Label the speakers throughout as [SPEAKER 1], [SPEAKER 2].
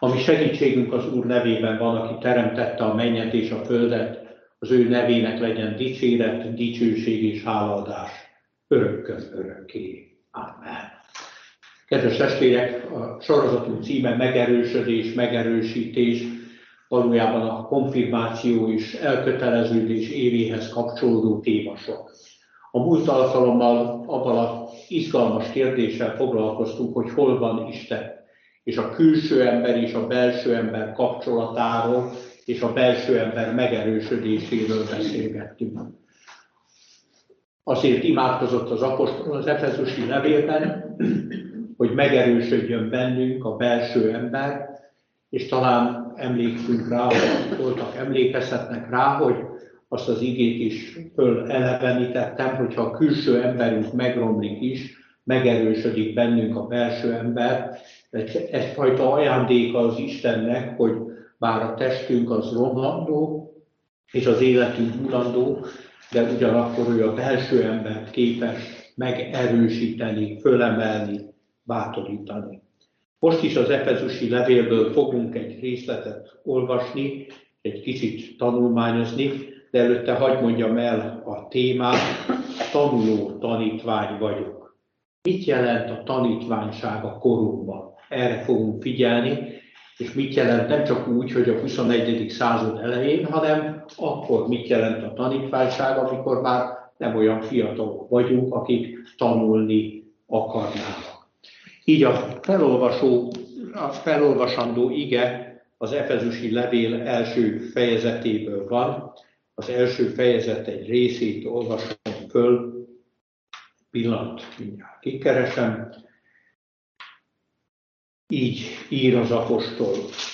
[SPEAKER 1] Ami segítségünk az Úr nevében van, aki teremtette a mennyet és a földet, az ő nevének legyen dicséret, dicsőség és hálaadás örökkön örökké. Amen. Kedves testvérek, a sorozatunk címe megerősödés, megerősítés, valójában a konfirmáció és elköteleződés évéhez kapcsolódó témasor. A múlt alkalommal abban az izgalmas kérdéssel foglalkoztunk, hogy hol van Isten, és a külső ember és a belső ember kapcsolatáról és a belső ember megerősödéséről beszélgettünk. Azért imádkozott az apostol az efezusi levélben, hogy megerősödjön bennünk a belső ember, és talán emlékszünk rá, voltak emlékezhetnek rá, hogy azt az igét is fölelevenítettem, hogyha a külső emberünk megromlik is, megerősödik bennünk a belső ember. Egyfajta ajándéka az Istennek, hogy bár a testünk az romlandó, és az életünk mulandó, de ugyanakkor ő a belső embert képes megerősíteni, fölemelni, bátorítani. Most is az efezusi levélből fogunk egy részletet olvasni, egy kicsit tanulmányozni, de előtte hadd mondjam el a témát, tanuló tanítvány vagyok. Mit jelent a tanítványság a korunkban? Erre fogunk figyelni, és mit jelent nem csak úgy, hogy a 21. század elején, hanem akkor mit jelent a tanítványság, amikor már nem olyan fiatalok vagyunk, akik tanulni akarnának. Így a felolvasandó ige az efezusi levél első fejezetéből van. Az első fejezet egy részét olvasom föl. Pillanat, mindjárt kikeresem. Így ír az apostol.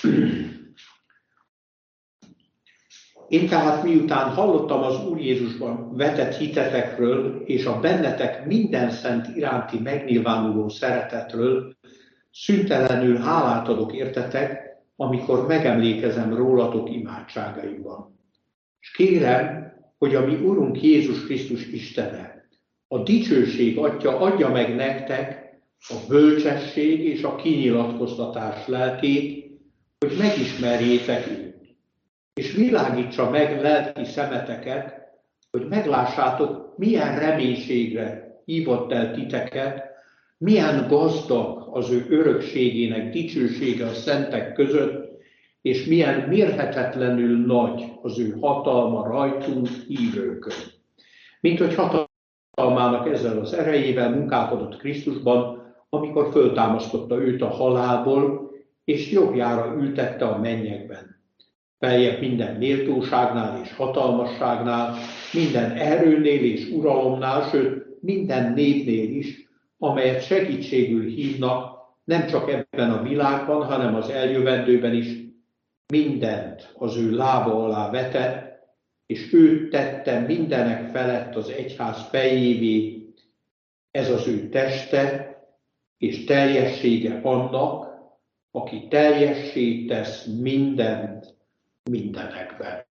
[SPEAKER 1] Én tehát miután hallottam az Úr Jézusban vetett hitetekről és a bennetek minden szent iránti megnyilvánuló szeretetről, szüntelenül hálát adok értetek, amikor megemlékezem rólatok imádságaimban. És kérem, hogy a mi Urunk Jézus Krisztus Istene, a dicsőség Atya adja meg nektek a bölcsesség és a kinyilatkoztatás lelkét, hogy megismerjétek őt, és világítsa meg lelki szemeteket, hogy meglássátok, milyen reménységre hívott el titeket, milyen gazdag az ő örökségének dicsősége a szentek között, és milyen mérhetetlenül nagy az ő hatalma rajtunk hívőkön. Mint hogy hatalmának ezzel az erejével munkálkodott Krisztusban, amikor föltámasztotta őt a halálból, és jobbjára ültette a mennyekben. Feljebb minden méltóságnál és hatalmasságnál, minden erőnél és uralomnál, sőt minden névnél is, amelyet segítségül hívnak, nem csak ebben a világban, hanem az eljövendőben is, mindent az ő lába alá vetett, és ő tette mindenek felett az egyház fejévé, ez az ő teste, és teljessége annak, aki teljessé tesz mindent mindenekben.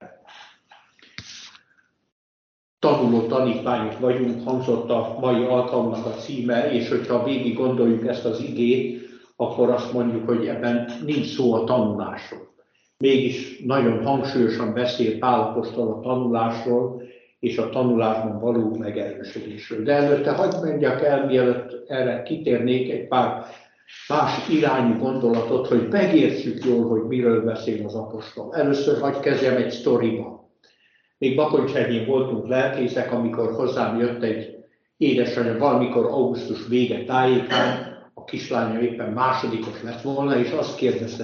[SPEAKER 1] Tanuló tanítványok vagyunk, hangzott a mai alkalomnak a címe, és hogyha végig gondoljuk ezt az igét, akkor azt mondjuk, hogy ebben nincs szó a tanulásról. Mégis nagyon hangsúlyosan beszél Pál apostol a tanulásról, és a tanulásban való megerősödésről. De előtte hagyd mondjak el, mielőtt erre kitérnék egy pár más irányú gondolatot, hogy megértsük jól, hogy miről beszél az apostol. Először hagyj kezdjem egy sztoriba. Még Bakoncsernyin voltunk lelkészek, amikor hozzám jött egy édesanyja, valamikor augusztus vége tájékán, a kislánya éppen másodikos lett volna, és azt kérdezte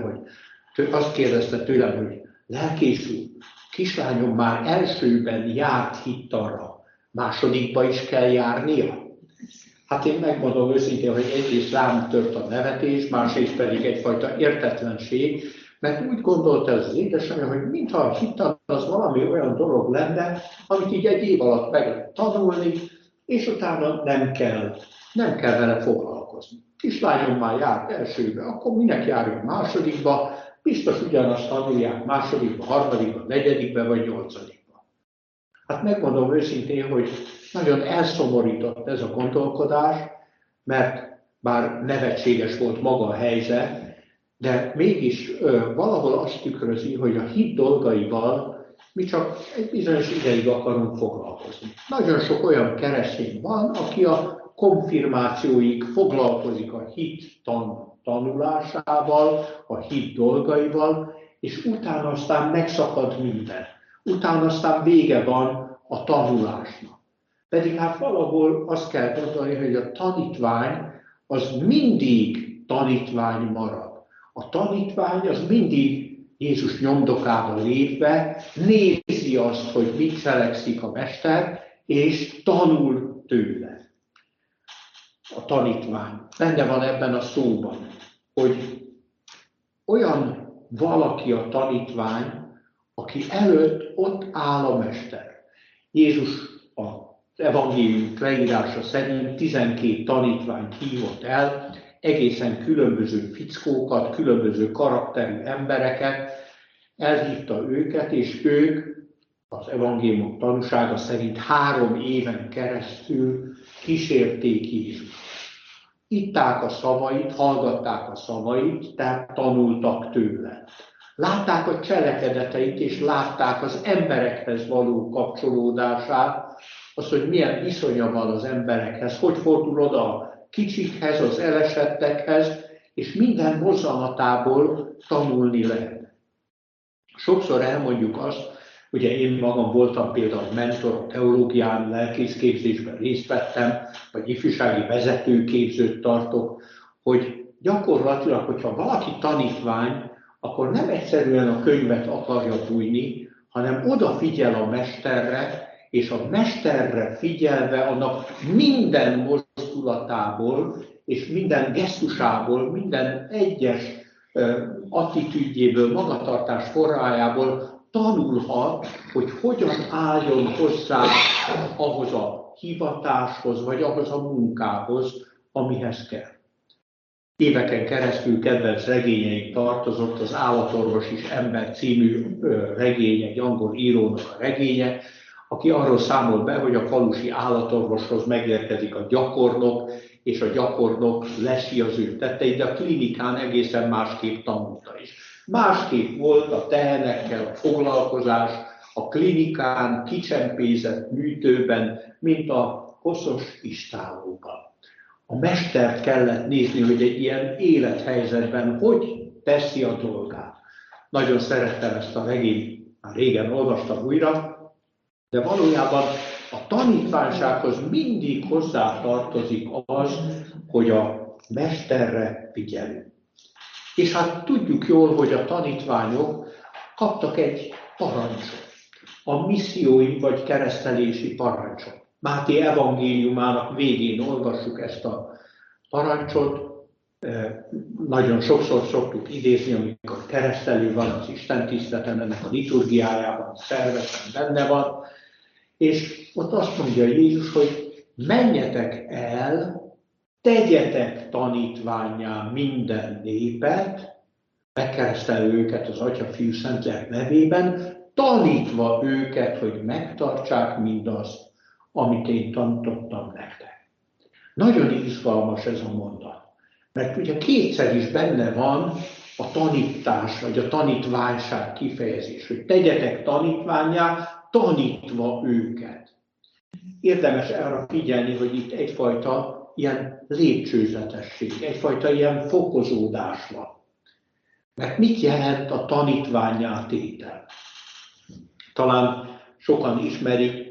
[SPEAKER 1] tőlem, hogy lelkész úr, kislányom már elsőben járt hittanra, másodikba is kell járnia? Hát én megmondom őszintén, hogy egyrészt rám tört a nevetés, másrészt pedig egyfajta értetlenség, mert úgy gondolta ez az édesanyja, hogy mintha a hittan az valami olyan dolog lenne, amit így egy év alatt meg lehet tanulni, és utána nem kell vele foglalkozni. Kislányom már járt elsőbe, akkor minek járjon másodikba, biztos ugyanazt tanulják másodikba, harmadikba, negyedikbe vagy nyolcadikba. Hát megmondom őszintén, hogy nagyon elszomorított ez a gondolkodás, mert bár nevetséges volt maga a helyzet, de mégis valahol azt tükrözi, hogy a hit dolgaival mi csak egy bizonyos ideig akarunk foglalkozni. Nagyon sok olyan keresztény van, aki a konfirmációig foglalkozik a hit tanulásával, a hit dolgaival, és utána aztán megszakad minden. Utána aztán vége van a tanulásnak. Pedig hát valahol azt kell gondolni, hogy a tanítvány az mindig tanítvány marad. A tanítvány az mindig Jézus nyomdokába lépve nézi azt, hogy mit cselekszik a mester, és tanul tőle. A tanítvány. Benne van ebben a szóban, hogy olyan valaki a tanítvány, aki előtt ott áll a mester. Jézus az evangélium leírása szerint 12 tanítványt hívott el, egészen különböző fickókat, különböző karakterű embereket, elhívta őket, és ők az evangélium tanúsága szerint 3 éven keresztül kísérték Jézust. Itták a szavait, hallgatták a szavait, tehát tanultak tőle. Látták a cselekedeteit, és látták az emberekhez való kapcsolódását, az, hogy milyen viszonya van az emberekhez, hogy fordul oda a kicsikhez, az elesettekhez, és minden mozzanatából tanulni lehet. Sokszor elmondjuk azt, ugye én magam voltam például mentor a teológián, lelkészképzésben részt vettem, vagy ifjúsági vezetőképzőt tartok, hogy gyakorlatilag, hogyha valaki tanítvány, akkor nem egyszerűen a könyvet akarja bújni, hanem odafigyel a mesterre, és a mesterre figyelve annak minden mozdulatából, és minden gesztusából, minden egyes attitűdjéből, magatartás forrájából tanulhat, hogy hogyan álljon hozzá ahhoz a hivatáshoz, vagy ahhoz a munkához, amihez kell. Éveken keresztül kedvenc regényeink tartozott az Állatorvos is ember című regény, egy angol írónak a regénye, aki arról számol be, hogy a falusi állatorvoshoz megérkezik a gyakornok, és a gyakornok lesi az ő tetteit, de a klinikán egészen másképp tanulta is. Másképp volt a tehenekkel a foglalkozás, a klinikán, kicsempézett műtőben, mint a koszos istállóban. A mestert kellett nézni, hogy egy ilyen élethelyzetben hogy teszi a dolgát. Nagyon szerettem ezt a regényt, már régen olvastam újra, de valójában a tanítványsághoz mindig hozzá tartozik az, hogy a mesterre figyelünk. És hát tudjuk jól, hogy a tanítványok kaptak egy parancsot, a missziói vagy keresztelési parancsot. Máté evangéliumának végén olvassuk ezt a parancsot, nagyon sokszor szoktuk idézni, amikor keresztelő van az istentiszteleten, ennek a liturgiájában szervesen benne van, és ott azt mondja Jézus, hogy menjetek el, tegyetek tanítvánnyá minden népet, megkeresztelő őket az Atya, Fiú, Szentlélek nevében, tanítva őket, hogy megtartsák mindazt, amit én tanítottam nektek. Nagyon izgalmas ez a mondat, mert ugye kétszer is benne van a tanítás, vagy a tanítványság kifejezés, hogy tegyetek tanítvánnyá, tanítva őket. Érdemes arra figyelni, hogy itt egyfajta ilyen lépcsőzetesség, egyfajta ilyen fokozódás van. Mert mit jelent a tanítvánnyá tétel? Talán sokan ismerik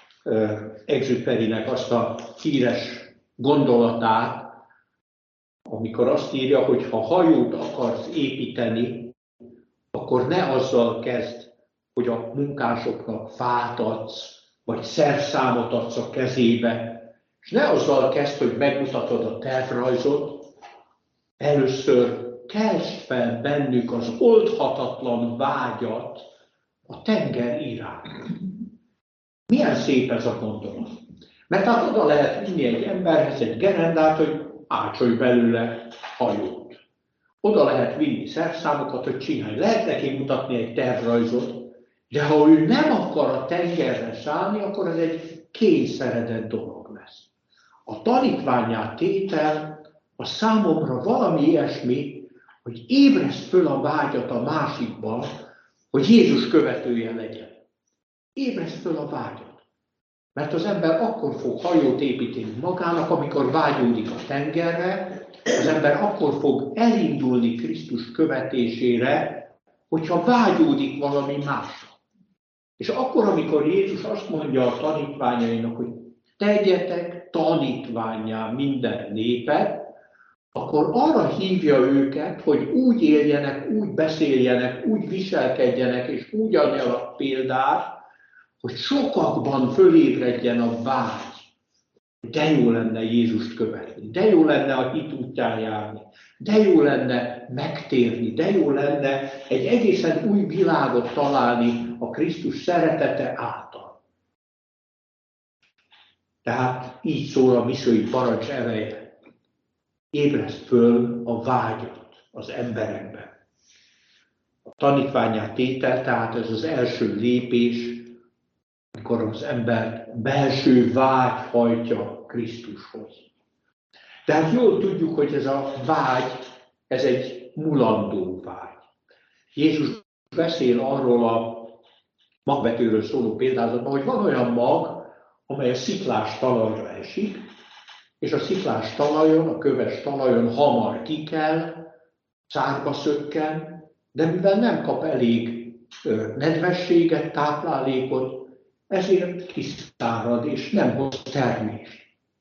[SPEAKER 1] Exupérynek azt a híres gondolatát, amikor azt írja, hogy ha hajót akarsz építeni, akkor ne azzal kezd, hogy a munkásoknak fát adsz, vagy szerszámot adsz a kezébe, és ne azzal kezd, hogy megmutatod a tervrajzot, először keltsd fel bennük az oldhatatlan vágyat a tenger iránt. Milyen szép ez a gondolat. Mert hát oda lehet vinni egy emberhez egy gerendát, hogy ácsolj belőle hajót. Oda lehet vinni szerszámokat, hogy csinálj. Lehet neki mutatni egy tervrajzot, de ha ő nem akar a tengerre szállni, akkor ez egy kényszeredett dolog lesz. A tanítvánnyá tétel a számomra valami ilyesmi, hogy ébreszt föl a vágyat a másikban, hogy Jézus követője legyen. Ébreszt föl a vágyat. Mert az ember akkor fog hajót építeni magának, amikor vágyódik a tengerre, az ember akkor fog elindulni Krisztus követésére, hogyha vágyódik valami másra. És akkor, amikor Jézus azt mondja a tanítványainak, hogy tegyetek tanítvánnyá minden népet, akkor arra hívja őket, hogy úgy éljenek, úgy beszéljenek, úgy viselkedjenek, és úgy adjanak példát, hogy sokakban fölébredjen a vágy. De jó lenne Jézust követni, de jó lenne a hit útján járni, de jó lenne megtérni, de jó lenne egy egészen új világot találni a Krisztus szeretete által. Tehát így szól a missziói parancs eleje. Ébreszt föl a vágyat az emberekben. A tanítvánnyá tétel, tehát ez az első lépés, amikor az ember belső vágy hajtja Krisztushoz. Tehát jól tudjuk, hogy ez a vágy, ez egy mulandó vágy. Jézus beszél arról a magvetőről szóló példázatban, hogy van olyan mag, amely a sziklás talajra esik, és a sziklás talajon, a köves talajon hamar kikel, szárba szökken, de mivel nem kap elég nedvességet, táplálékot, ezért kiszárad, és nem hoz termést.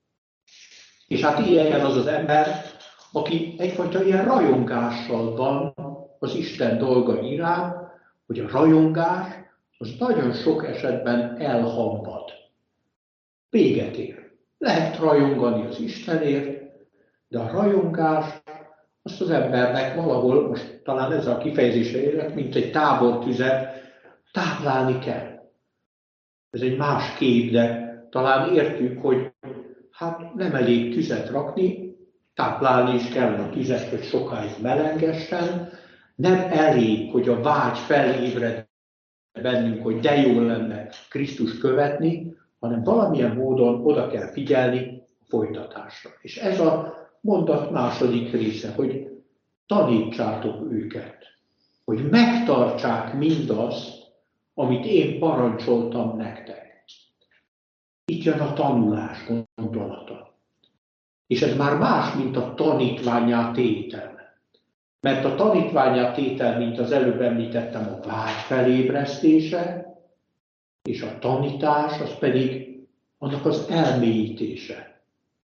[SPEAKER 1] És hát ilyen az az ember, aki egyfajta ilyen rajongással van az Isten dolga iránt, hogy a rajongás az nagyon sok esetben elhamvad. Véget ér. Lehet rajongani az Istenért, de a rajongás azt az embernek valahol, most talán ez a kifejezésre érek, mint egy tábortüzet, táplálni kell. Ez egy más kép, de talán értjük, hogy hát nem elég tüzet rakni, táplálni is kell a tüzet, hogy sokáig melengessen. Nem elég, hogy a vágy felébred bennünk, hogy de jó lenne Krisztus követni, hanem valamilyen módon oda kell figyelni a folytatásra. És ez a mondat második része, hogy tanítsátok őket, hogy megtartsák mindazt, amit én parancsoltam nektek. Itt jön a tanulás gondolata. És ez már más, mint a tanítvánnyá tétel. Mert a tanítvánnyá tétel, mint az előbb említettem, a vágy felébresztése, és a tanítás, az pedig annak az elmélyítése.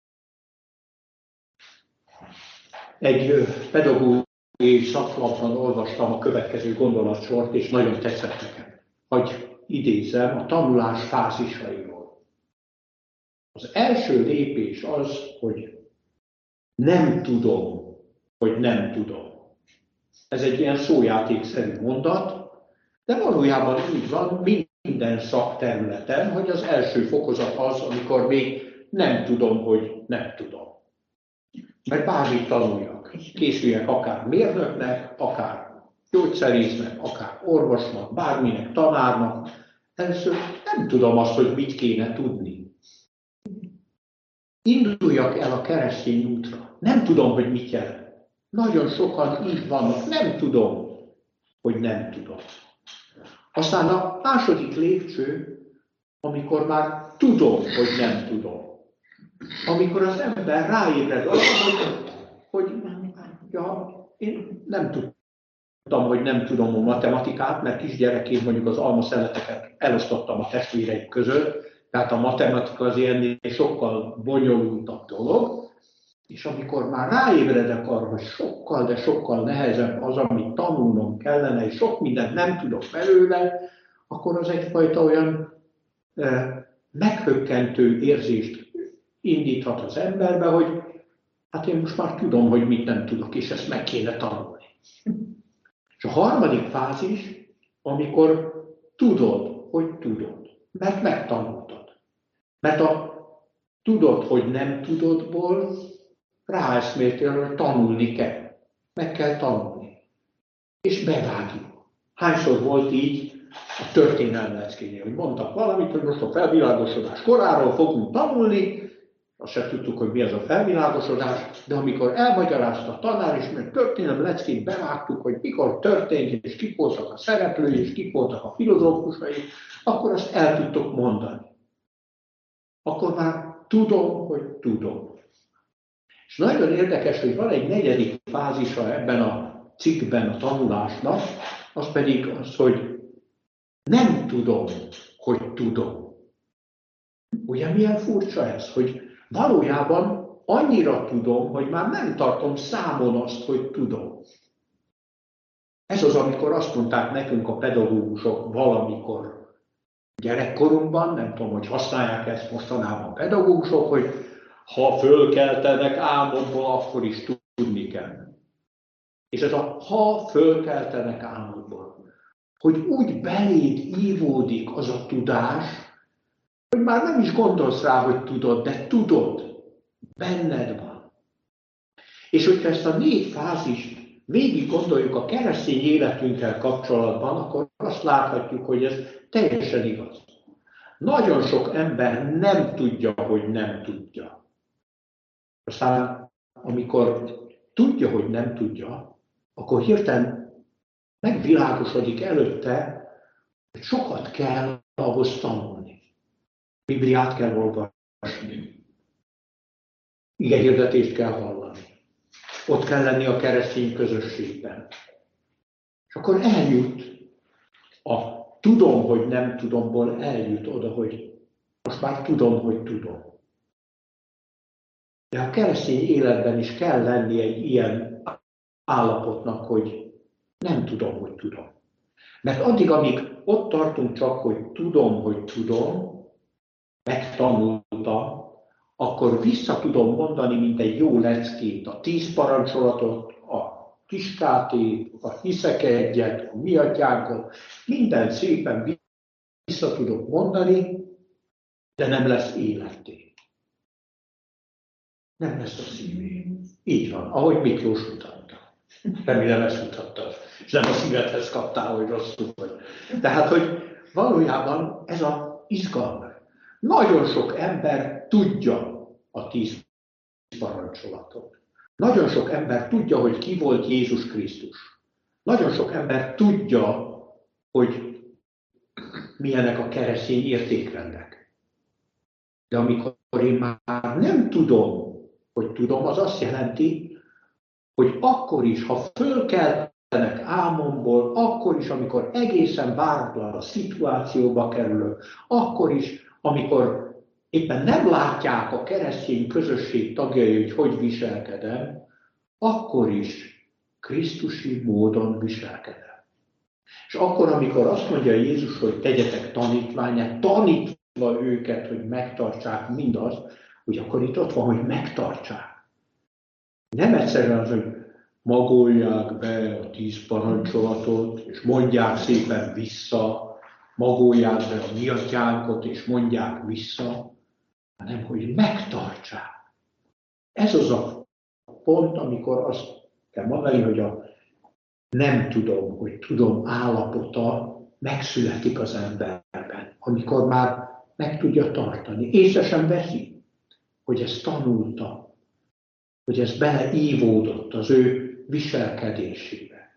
[SPEAKER 1] Egy pedagógiai szaklapban olvastam a következő gondolatsort, és nagyon tetszett nekem. Hogy idézem a tanulás fázisairól. Az első lépés az, hogy nem tudom, hogy nem tudom. Ez egy ilyen szójátékszerű mondat, de valójában így van minden szakterületen, hogy az első fokozat az, amikor még nem tudom, hogy nem tudom. Mert bármit tanuljak. Készüljek akár mérnöknek, akár gyógyszerésznek, akár orvosnak, bárminek, tanárnak. Először nem tudom azt, hogy mit kéne tudni. Induljak el a keresztény útra. Nem tudom, hogy mit jelent. Nagyon sokan így vannak. Nem tudom, hogy nem tudom. Aztán a második lépcső, amikor már tudom, hogy nem tudom. Amikor az ember ráébred arra, hogy ja, én nem tudtam, hogy nem tudom a matematikát, mert kisgyerekként mondjuk az almaszeleteket elosztottam a testvéreim között, tehát a matematika az ennél sokkal bonyolultabb dolog, és amikor már ráébredek arra, hogy sokkal, de sokkal nehezebb az, amit tanulnom kellene, és sok mindent nem tudok belőle, akkor az egyfajta olyan meghökkentő érzést indíthat az emberbe, hogy hát én most már tudom, hogy mit nem tudok, és ezt meg kéne tanulni. És a harmadik fázis, amikor tudod, hogy tudod, mert megtanultad. Mert a tudod, hogy nem tudodból ráeszméltél, hogy tanulni kell. Meg kell tanulni. És bevágjuk. Hányszor volt így a történelmi leckénél, hogy mondtak valamit, hogy most a felvilágosodás koráról fogunk tanulni, azt se tudtuk, hogy mi az a felvilágosodás, de amikor elmagyarázta a tanár, és mert történelem leckét bevágtuk, hogy mikor történt, és kik voltak a szereplői, és kik voltak a filozófusai, akkor azt el tudtok mondani. Akkor már tudom, hogy tudom. És nagyon érdekes, hogy van egy negyedik fázisa ebben a cikkben a tanulásnak, az pedig az, hogy nem tudom, hogy tudom. Ugye milyen furcsa ez, hogy valójában annyira tudom, hogy már nem tartom számon azt, hogy tudom. Ez az, amikor azt mondták nekünk a pedagógusok valamikor gyerekkorunkban, nem tudom, hogy használják ezt mostanában a pedagógusok, hogy ha fölkeltenek álmodból, akkor is tudni kell. És ez a ha fölkeltenek álmodból, hogy úgy beléd ívódik az a tudás, hogy már nem is gondolsz rá, hogy tudod, de tudod, benned van. És hogyha ezt a 4 fázist végig gondoljuk a keresztény életünkkel kapcsolatban, akkor azt láthatjuk, hogy ez teljesen igaz. Nagyon sok ember nem tudja, hogy nem tudja. Aztán, amikor tudja, hogy nem tudja, akkor hirtelen megvilágosodik előtte, hogy sokat kell ahhoz tanulni. Bibliát kell olvasni. Igehirdetést kell hallani. Ott kell lenni a keresztény közösségben. És akkor eljut a tudom, hogy nem tudomból eljut oda, hogy most már tudom, hogy tudom. De a keresztény életben is kell lenni egy ilyen állapotnak, hogy nem tudom, hogy tudom. Mert addig, amíg ott tartunk csak, hogy tudom, megtanultam, akkor vissza tudom mondani, mint egy jó leckét, a 10 parancsolatot, a kiskátét, a hiszek egyet, a mi atyánkot, minden szépen vissza tudok mondani, de nem lesz életé. Nem lesz a szívém. Így van, ahogy Miklós mutatta. Remélem ezt mutatta, és nem a szívedhez kaptál, hogy rosszul vagy. Tehát, hogy valójában ez az izgalmas. Nagyon sok ember tudja a 10 parancsolatot. Nagyon sok ember tudja, hogy ki volt Jézus Krisztus. Nagyon sok ember tudja, hogy milyenek a keresztény értékrendek. De amikor én már nem tudom, hogy tudom, az azt jelenti, hogy akkor is, ha fölkeltenek álmomból, akkor is, amikor egészen váratlan a szituációba kerülök, akkor is, amikor éppen nem látják a keresztény közösség tagjai, hogy viselkedem, akkor is krisztusi módon viselkedem. És akkor, amikor azt mondja Jézus, hogy tegyetek tanítványát, tanítva őket, hogy megtartsák mindazt, hogy akkor itt ott van, hogy megtartsák. Nem egyszerűen az, hogy magolják be a 10 parancsolatot, és mondják szépen vissza, magolják be a mi atyánkot, és mondják vissza, hanem hogy megtartsák. Ez az a pont, amikor azt kell mondani, hogy a nem tudom, hogy tudom állapota megszületik az emberben, amikor már meg tudja tartani. Észre sem veszi, hogy ezt tanulta, hogy ez beleívódott az ő viselkedésébe.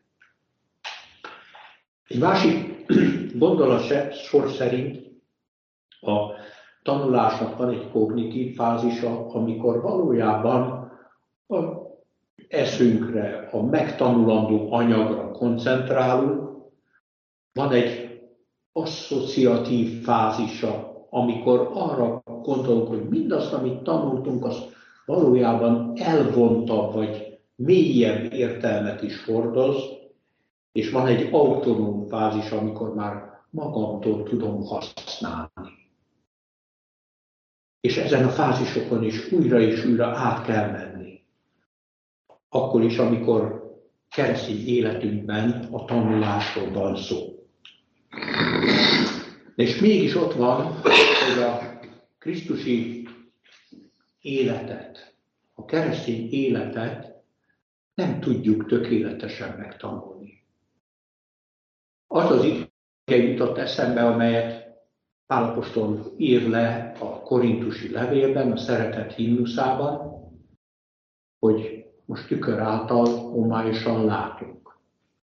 [SPEAKER 1] Egy másik gondolat sor szerint a tanulásnak van egy kognitív fázisa, amikor valójában az eszünkre, a megtanulandó anyagra koncentrálunk. Van egy asszociatív fázisa, amikor arra gondolunk, hogy mindazt, amit tanultunk, az valójában elvontabb vagy mélyebb értelmet is hordoz, és van egy autonóm fázis, amikor már magamtól tudom használni. És ezen a fázisokon is újra át kell menni. Akkor is, amikor keresztény életünkben a tanulásról van szó. És mégis ott van, hogy a krisztusi életet, a keresztény életet nem tudjuk tökéletesen megtanulni. Az az ige jutott eszembe, amelyet Pál apostol ír le a korintusi levélben, a szeretet himnuszában, hogy most tükör által homályosan látunk.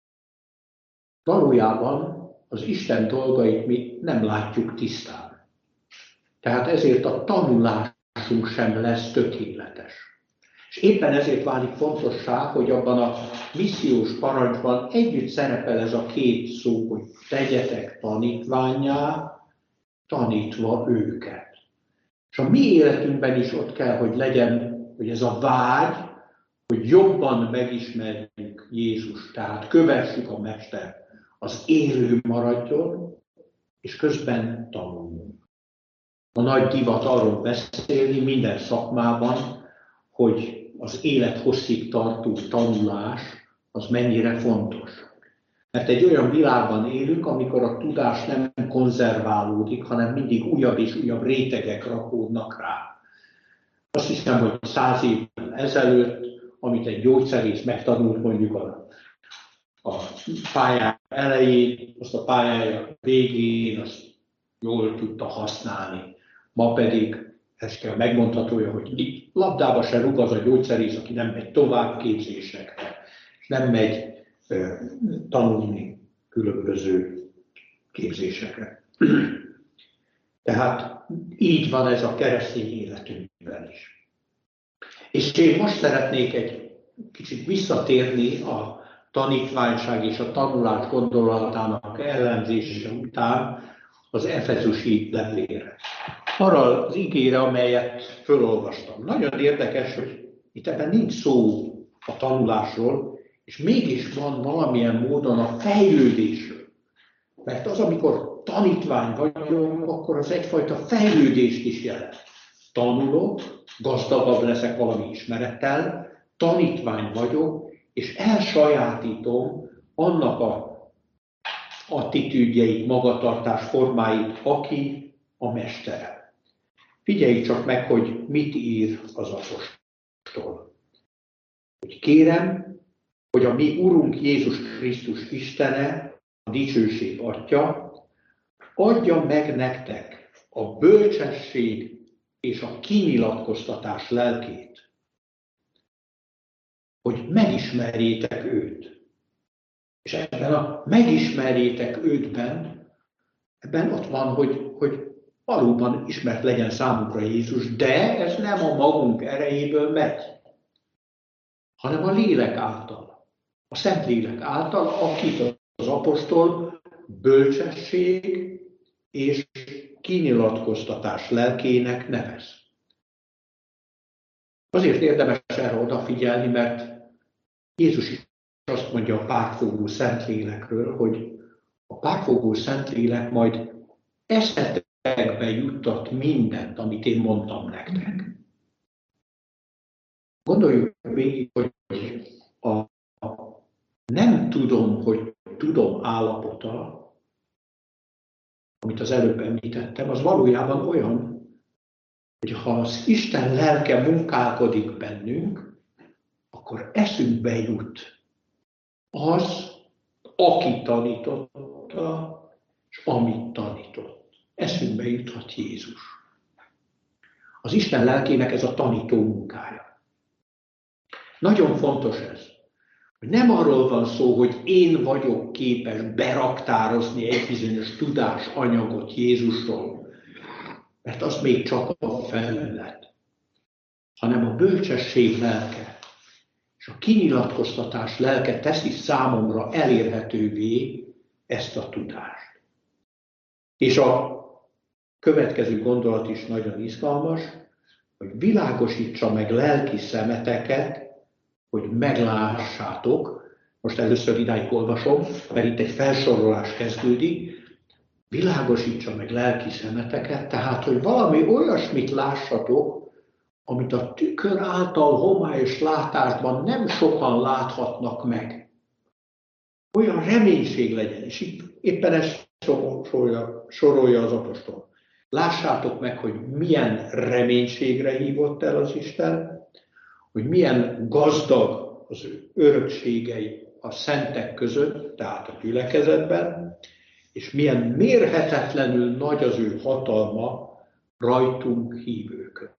[SPEAKER 1] Valójában az Isten dolgait mi nem látjuk tisztán. Tehát ezért a tanulásunk sem lesz tökéletes. És éppen ezért válik fontossá, hogy abban a missziós parancsban együtt szerepel ez a két szó, hogy tegyetek tanítvánnyá, tanítva őket. És a mi életünkben is ott kell, hogy legyen, hogy ez a vágy, hogy jobban megismerjük Jézust, tehát kövessük a Mester, az élő maradjon, és közben tanuljunk. A nagy divat arról beszélni minden szakmában, hogy az élet hosszig tartó tanulás az mennyire fontos. Mert egy olyan világban élünk, amikor a tudás nem konzerválódik, hanem mindig újabb és újabb rétegek rakódnak rá. Azt hiszem, hogy 100 évvel ezelőtt, amit egy gyógyszerész megtanult mondjuk a pályája elején, azt a pályája végén azt jól tudta használni. Ma pedig ez kell megmondhatója, hogy labdába se rúg az a gyógyszerész, aki nem megy továbbképzésekre, és nem megy tanulni különböző képzésekre. Tehát így van ez a keresztény életünkben is. És én most szeretnék egy kicsit visszatérni a tanítványság és a tanulás gondolatának elemzése után az efezusi levélre. Arra az igére, amelyet fölolvastam. Nagyon érdekes, hogy itt ebben nincs szó a tanulásról, és mégis van valamilyen módon a fejlődésről. Mert az, amikor tanítvány vagyok, akkor az egyfajta fejlődést is jelent. Tanulok, gazdagabb leszek valami ismerettel, tanítvány vagyok, és elsajátítom annak a attitűdjeit, magatartás formáit, aki a mestere. Figyelj csak meg, hogy mit ír az apostol. Hogy kérem, hogy a mi Urunk Jézus Krisztus Istene, a dicsőség Atya, adja meg nektek a bölcsesség és a kinyilatkoztatás lelkét, hogy megismerjétek őt. És ebben a megismerjétek őtben, ebben ott van, hogy valóban ismert legyen számunkra Jézus, de ez nem a magunk erejéből megy, hanem a lélek által, a Szentlélek által, akit az apostol bölcsesség és kinyilatkoztatás lelkének nevez. Azért érdemes erre odafigyelni, mert Jézus is azt mondja a pártfogó Szentlélekről, hogy a pártfogó Szentlélek majd eszetekbe juttat mindent, amit én mondtam nektek. Gondoljuk végig, hogy a nem tudom, hogy tudom állapota, amit az előbb említettem, az valójában olyan, hogy ha az Isten lelke munkálkodik bennünk, akkor eszünkbe jut az, aki tanította, és amit tanított. Eszünkbe juthat Jézus. Az Isten lelkének ez a tanító munkája. Nagyon fontos ez, hogy nem arról van szó, hogy én vagyok képes beraktározni egy bizonyos tudásanyagot Jézusról, mert az még csak a felület, hanem a bölcsesség lelke és a kinyilatkoztatás lelke teszi számomra elérhetővé ezt a tudást. És a következő gondolat is nagyon izgalmas, hogy világosítsa meg lelki szemeteket, hogy meglássátok, most először idáig olvasom, mert itt egy felsorolás kezdődik, világosítsa meg lelki szemeteket, tehát, hogy valami olyasmit lássatok, amit a tükör által homályos látásban nem sokan láthatnak meg. Olyan reménység legyen, és itt éppen ezt sorolja az apostol. Lássátok meg, hogy milyen reménységre hívott el az Isten, hogy milyen gazdag az ő örökségei a szentek között, tehát a gyülekezetben, és milyen mérhetetlenül nagy az ő hatalma rajtunk hívőkön.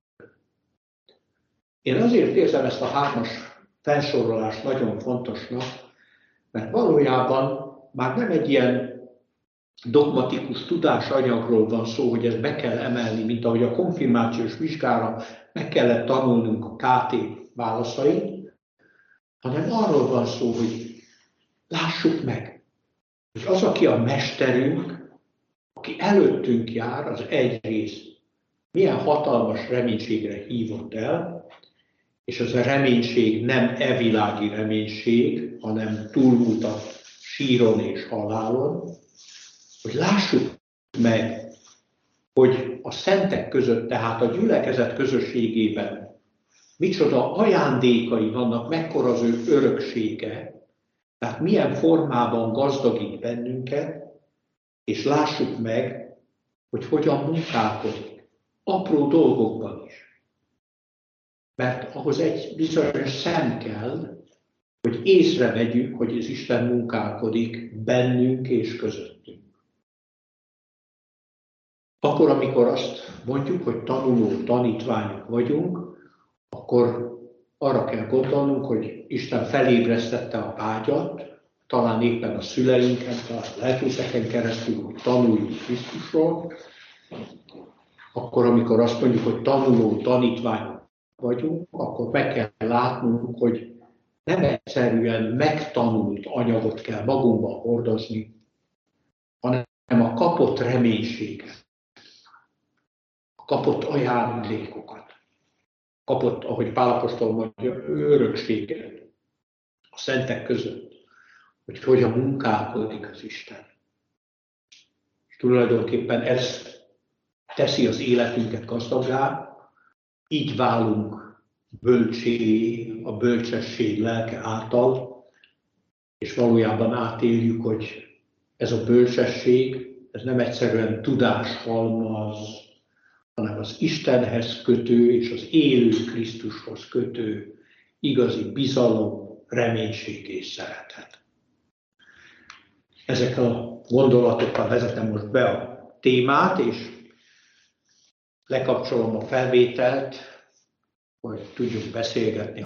[SPEAKER 1] Én azért érzem ezt a 3-as felsorolást nagyon fontosnak, mert valójában már nem egy ilyen dogmatikus tudásanyagról van szó, hogy ezt be kell emelni, mint ahogy a konfirmációs vizsgára meg kellett tanulnunk a KT válaszait, hanem arról van szó, hogy lássuk meg, hogy az, aki a mesterünk, aki előttünk jár, az egyrészt milyen hatalmas reménységre hívott el, és az a reménység nem evilági reménység, hanem túlmutat síron és halálon, hogy lássuk meg, hogy a szentek között, tehát a gyülekezet közösségében micsoda ajándékai vannak, mekkora az ő öröksége, tehát milyen formában gazdagít bennünket, és lássuk meg, hogy hogyan munkálkodik, apró dolgokban is. Mert ahhoz egy bizonyos szem kell, hogy észrevegyük, hogy az Isten munkálkodik bennünk és közöttünk. Akkor, amikor azt mondjuk, hogy tanuló tanítványok vagyunk, akkor arra kell gondolnunk, hogy Isten felébresztette a vágyat, talán éppen a szüleinken, talán a lelkészeken keresztül, hogy tanuljunk Krisztusról. Akkor, amikor azt mondjuk, hogy tanuló tanítványok vagyunk, akkor meg kell látnunk, hogy nem egyszerűen megtanult anyagot kell magunkban hordozni, hanem a kapott reménységet, a kapott ajándékokat, kapott, ahogy Pál apostol mondja, örökséget a szentek között, hogy hogyan munkálkodik az Isten. És tulajdonképpen ez teszi az életünket gazdaggá, így válunk bölcsé a bölcsesség lelke által, és valójában átéljük, hogy ez a bölcsesség, ez nem egyszerűen tudáshalmaz, hanem az Istenhez kötő és az élő Krisztushoz kötő igazi bizalom, reménység és szeretet. Ezek a gondolatokkal vezetem most be a témát, és lekapcsolom a felvételt, hogy tudjunk beszélgetni